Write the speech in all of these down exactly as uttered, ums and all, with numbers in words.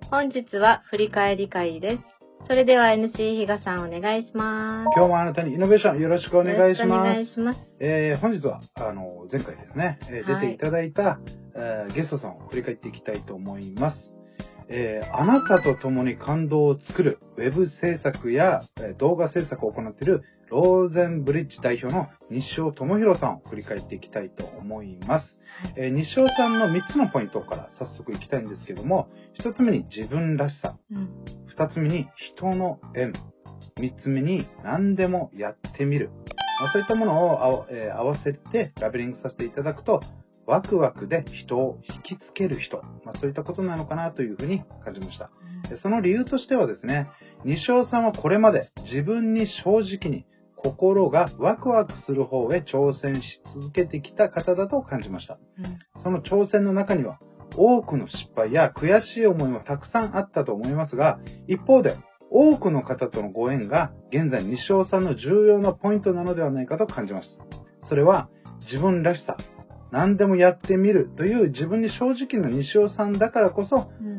本日は振り返り会です。それでは エヌシー 比嘉さんお願いします。 今日もあなたにイノベーションよろしくお願いします。 お願いします。 えー、本日はあの前回ですね、えー、出ていただいた、はいえー、ゲストさんを振り返っていきたいと思います。えー、あなたと共に感動を作るウェブ制作や、えー、動画制作を行っているローゼンブリッジ代表の西尾智弘さんを振り返っていきたいと思います。えー、西尾さんのみっつのポイントから早速いきたいんですけども、ひとつめに自分らしさ、うん、ふたつめに人の縁、みっつめに何でもやってみる、まあ、そういったものをあ、えー、合わせてラベリングさせていただくと、ワクワクで人を引きつける人、まあ、そういったことなのかなというふうに感じました。でその理由としてはですね、西尾さんはこれまで自分に正直に心がワクワクする方へ挑戦し続けてきた方だと感じました。うん、その挑戦の中には多くの失敗や悔しい思いもたくさんあったと思いますが、一方で多くの方とのご縁が現在西尾さんの重要なポイントなのではないかと感じます。それは自分らしさ、何でもやってみるという自分に正直な西尾さんだからこそ、うん、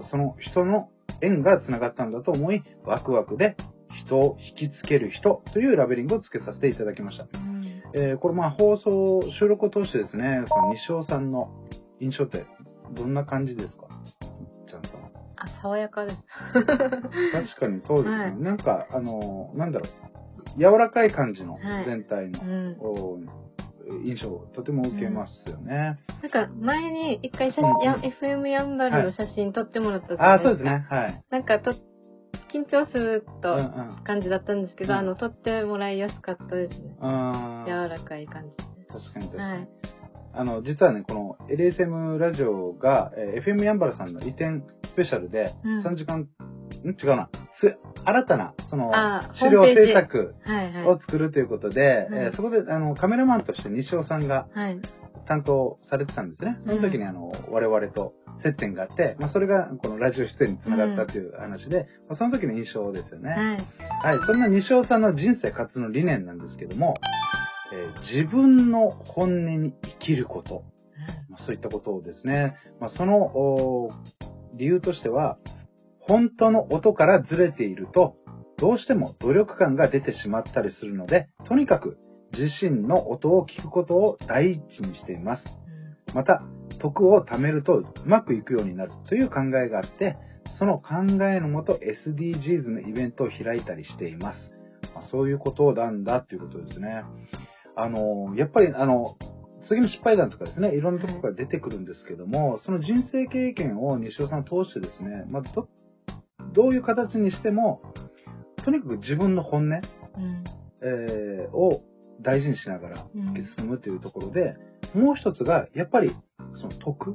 その人の縁がつながったんだと思い、ワクワクで人を引きつける人というラベリングをつけさせていただきました。うんえー、これまあ放送、収録を通してですね、その西尾さんの印象ってどんな感じですか？ちゃんさん。 あ、爽やかです。 確かにそうですね。はい、なんか、あの、なんだろう、柔らかい感じの全体の、はいうん印象をとても受けますよね。 うん、なんか前に一回写真、うん、エフエム やんばるの写真撮ってもらったじゃなないですか。 あ、そうですね。はい。 なんかと緊張すると感じだったんですけど、うんうん、あの撮ってもらいやすかったですね。柔らかい感じ。 確かに確かに。はい、あの実はねこの エルエスエム ラジオが、えー、エフエム やんばるさんの移転スペシャルでさんじかん、うん、ん違うな。新たなその資料制作を作るということで、はいはいえー、そこであのカメラマンとして西尾さんが担当されてたんですね。はい、その時にあの我々と接点があって、まあ、それがこのラジオ出演につながったという話で、うんまあ、その時の印象ですよね。はい、はい、そんな西尾さんの人生活の理念なんですけども、えー、自分の本音に生きること、まあ、そういったことをですね、まあ、その理由としては本当の音からずれているとどうしても努力感が出てしまったりするので、とにかく自身の音を聞くことを第一にしています。また徳を貯めるとうまくいくようになるという考えがあって、その考えのもと エスディージーズ のイベントを開いたりしています。まあ、そういうことなんだということですね。あのやっぱりあの次の失敗談とかですね、いろんなところから出てくるんですけども、その人生経験を西尾さんを通してですね、まあ、どどういう形にしてもとにかく自分の本音、うんえー、を大事にしながら突き進むというところで、うん、もう一つがやっぱりその徳、うん、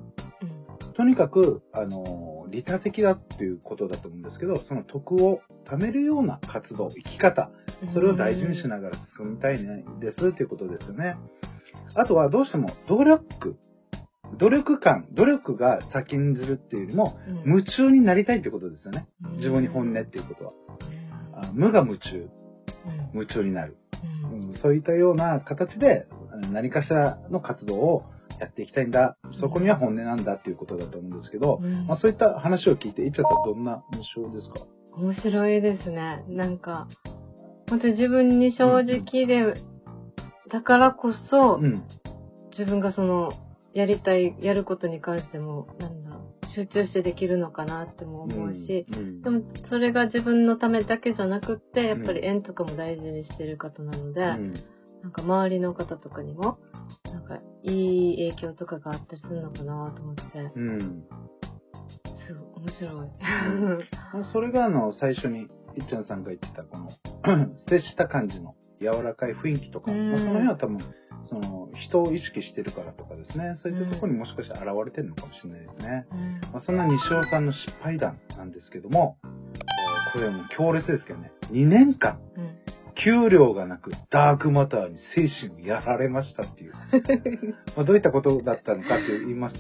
とにかくあの利他的だっていうことだと思うんですけど、その徳を貯めるような活動、生き方、それを大事にしながら進みたいねですということですよね。あとはどうしても努力努力感、努力が先にずるっていうよりも、うん、夢中になりたいということですよね。自分に本音っていうことは。うん、あ無我夢中、うん、夢中になる、うんうん。そういったような形で何かしらの活動をやっていきたいんだ。そこには本音なんだっていうことだと思うんですけど、うんまあ、そういった話を聞いて、いっちゃったらどんな印象ですか？ 面白いですね。なんか、本当に自分に正直で、うん、だからこそ、うん、自分がその、やりたい、やることに関しても、なんだ、集中してできるのかなっても思うし、うんうん、でもそれが自分のためだけじゃなくって、やっぱり縁とかも大事にしてる方なので、うん、なんか周りの方とかにも、なんかいい影響とかがあったりするのかなと思って、うん、すごい面白い。 うん、それがあの最初にいっちゃんさんが言ってたこの接した感じの柔らかい雰囲気とか、まあ、その辺は多分その人を意識してるからとかですね、そういったところにもしかしたら現れてるのかもしれないですね。うんまあ、そんな西尾さんの失敗談なんですけども、これはもう強烈ですけどね、にねんかん、うん、給料がなくダークマターに精神をやられましたっていうまあどういったことだったのかと言いますと、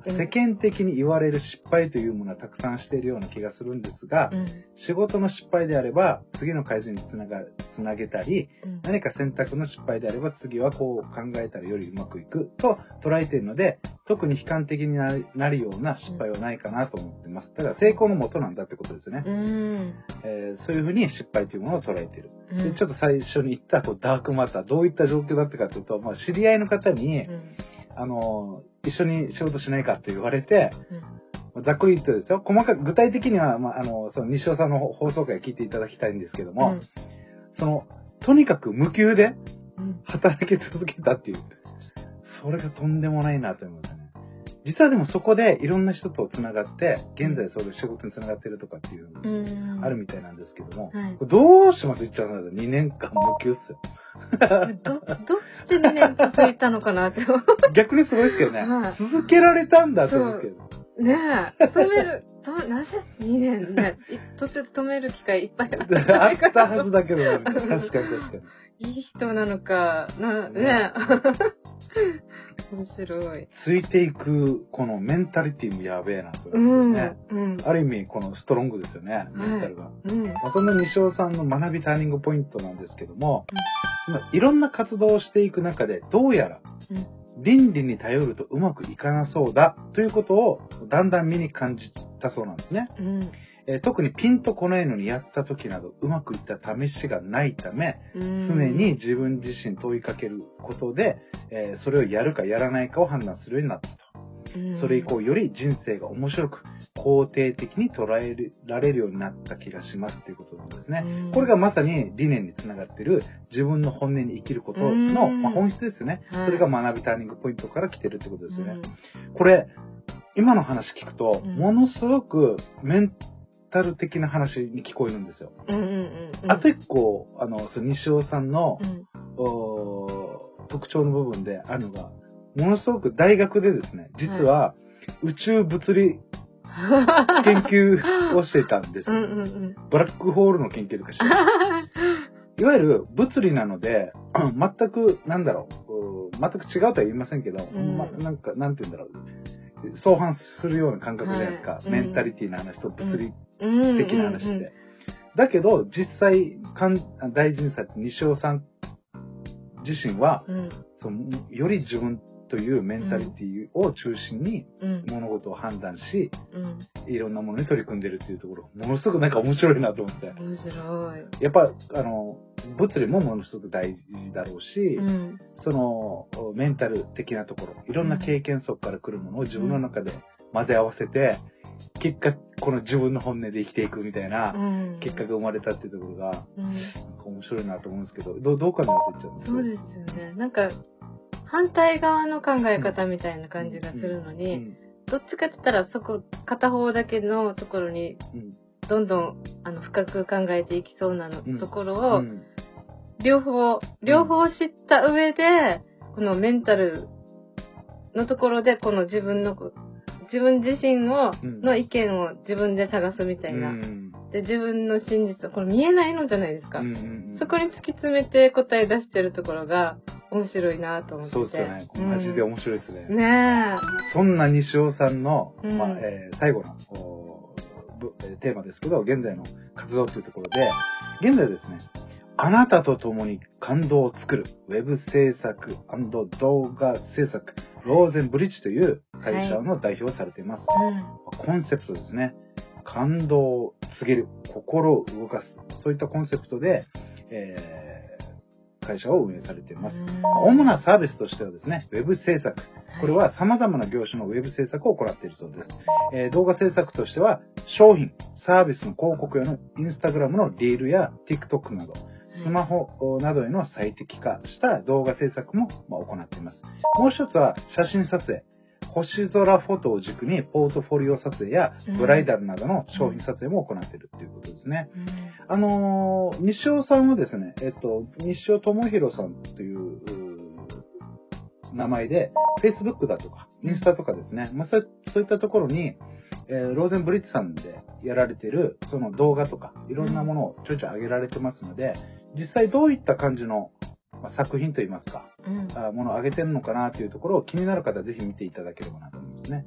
うん、世間的に言われる失敗というものはたくさんしているような気がするんですが、うん、仕事の失敗であれば次の改善につながつなげたり、うん、何か選択の失敗であれば次はこう考えたらよりうまくいくと捉えているので、特に悲観的になるような失敗はないかなと思ってます。だから成功の元なんだってことですよね。うんえー、そういうふうに失敗というものを捉えている。うん、でちょっと最初に言ったこうダークマター、どういった状況だったかというと、まあ、知り合いの方に、うんあの、一緒に仕事しないかって言われて、うん、ざっくり言ってですよ、細かく、具体的には、まあ、あの、その西尾さんの放送回を聞いていただきたいんですけども、うん、その、とにかく無給で働き続けたっていう、それがとんでもないなと思いますね。実はでもそこでいろんな人と繋がって、現在そういう仕事に繋がってるとかっていう、うん、あるみたいなんですけども、はい、どうしますいっちゃんだとにねんかん無給っすよ。 ど、どうしてにねん続いたのかなって。 逆にすごいですけどね。はい、続けられたんだと思うけど。 ねえ、止める、となぜにねんね、途中で止める機会いっぱいあった。 あったはずだけど、ね、確かに確かに。いい人なのか、な、ねえ。面白い。 ついていく、このメンタリティもやべえなと思うんですよね。うんうん、ある意味、このストロングですよね、メンタルが。はいうんまあ、そんな西尾さんの学びターニングポイントなんですけども、うんいろんな活動をしていく中で、どうやら、倫理に頼るとうまくいかなそうだということをだんだん身に感じたそうなんですね。うんえー、特にピンとこないのにやった時などうまくいった試しがないため、常に自分自身問いかけることで、えー、それをやるかやらないかを判断するようになったと。それ以降より人生が面白く肯定的に捉えられるようになった気がしますということなんですね。これがまさに理念につながっている自分の本音に生きることの、まあ、本質ですね。それが学びターニングポイントから来てるってことですよね。これ今の話聞くとものすごくメンタル的な話に聞こえるんですよ。あと一個あの西尾さんの、うん、特徴の部分であるのがものすごく大学でですね実は宇宙物理研究をしていたんです。うんうんうん、ブラックホールの研究とかしていわゆる物理なので全くなんだろう全く違うとは言いませんけど、うんま、なんかなんて言うんだろう相反するような感覚じゃないですか、はい、メンタリティな話と物理的な話って、うんうんうんうん、だけど実際大事にされて西尾さん自身は、うん、そのより自分というメンタリティを中心に物事を判断し、うん、いろんなものに取り組んでるっていうところものすごくなんか面白いなと思って。 面白い。 やっぱあの物理もものすごく大事だろうし、うん、そのメンタル的なところ、いろんな経験則から来るものを自分の中で混ぜ合わせて、結果この自分の本音で生きていくみたいな結果が生まれたっていうところが、うん、なんか面白いなと思うんですけど、どうどうかなって言っちゃうんですか？ そうですよね。なんか反対側の考え方みたいな感じがするのに、うんうん、どっちかって言ったらそこ片方だけのところにどんどんあの深く考えていきそうなの、うん、ところを、うん、両方両方知った上でこのメンタルのところでこの自分の自分自身を、うん、の意見を自分で探すみたいな、うん、で自分の真実これ見えないのじゃないですか、うんうんうん、そこに突き詰めて答え出してるところが面白いなと思って。 そうですよね。マジで面白いですね。 うん、ねえ。 そんな西尾さんの、うんまあえー、最後のテーマですけど、現在の活動というところで、現在ですね、あなたと共に感動を作るウェブ制作&動画制作ローゼンブリッジという会社の代表をされています。はいうん、コンセプトですね。感動を告げる、心を動かす、そういったコンセプトで、えー会社を運営されています。主なサービスとしてはですね、ウェブ制作。これは様々な業種のウェブ制作を行っているそうです。えー、動画制作としては、商品、サービスの広告用のインスタグラムのリールや TikTok など、スマホなどへの最適化した動画制作も行っています。もう一つは写真撮影。星空フォトを軸にポートフォリオ撮影やブライダルなどの商品撮影も行っているということですね。うん、あのー、西尾さんはですね、えっと、西尾智弘さんという、う名前で Facebook だとかインスタとかですね、まあ、そういったところに、えー、ローゼンブリッジさんでやられているその動画とかいろんなものをちょいちょい上げられてますので、実際どういった感じのまあ、作品といいますか、うん、あものを上げてるのかなというところを気になる方はぜひ見ていただければなと思いますね。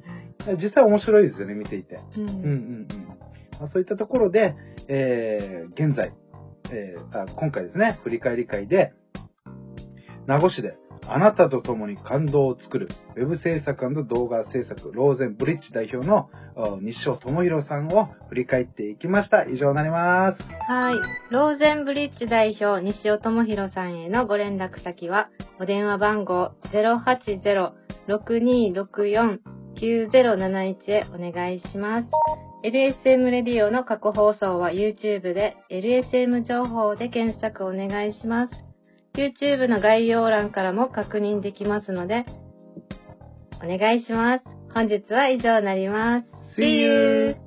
実際面白いですよね、見ていて。 うん。うんうんうん。 まあ、そういったところで、えー、現在、えーあ、今回ですね、振り返り会で、名護市であなたと共に感動を作るウェブ制作&動画制作ローゼンブリッジ代表の西尾智弘さんを振り返っていきました。以上になります。 はい。ローゼンブリッジ代表西尾智弘さんへのご連絡先はお電話番号 ゼロはちゼロ ろくにろくよん きゅうゼロなないち へお願いします。エルエスエム レディオの過去放送は YouTube で エルエスエム 情報で検索お願いします。YouTube の概要欄からも確認できますので、お願いします。本日は以上になります。See you!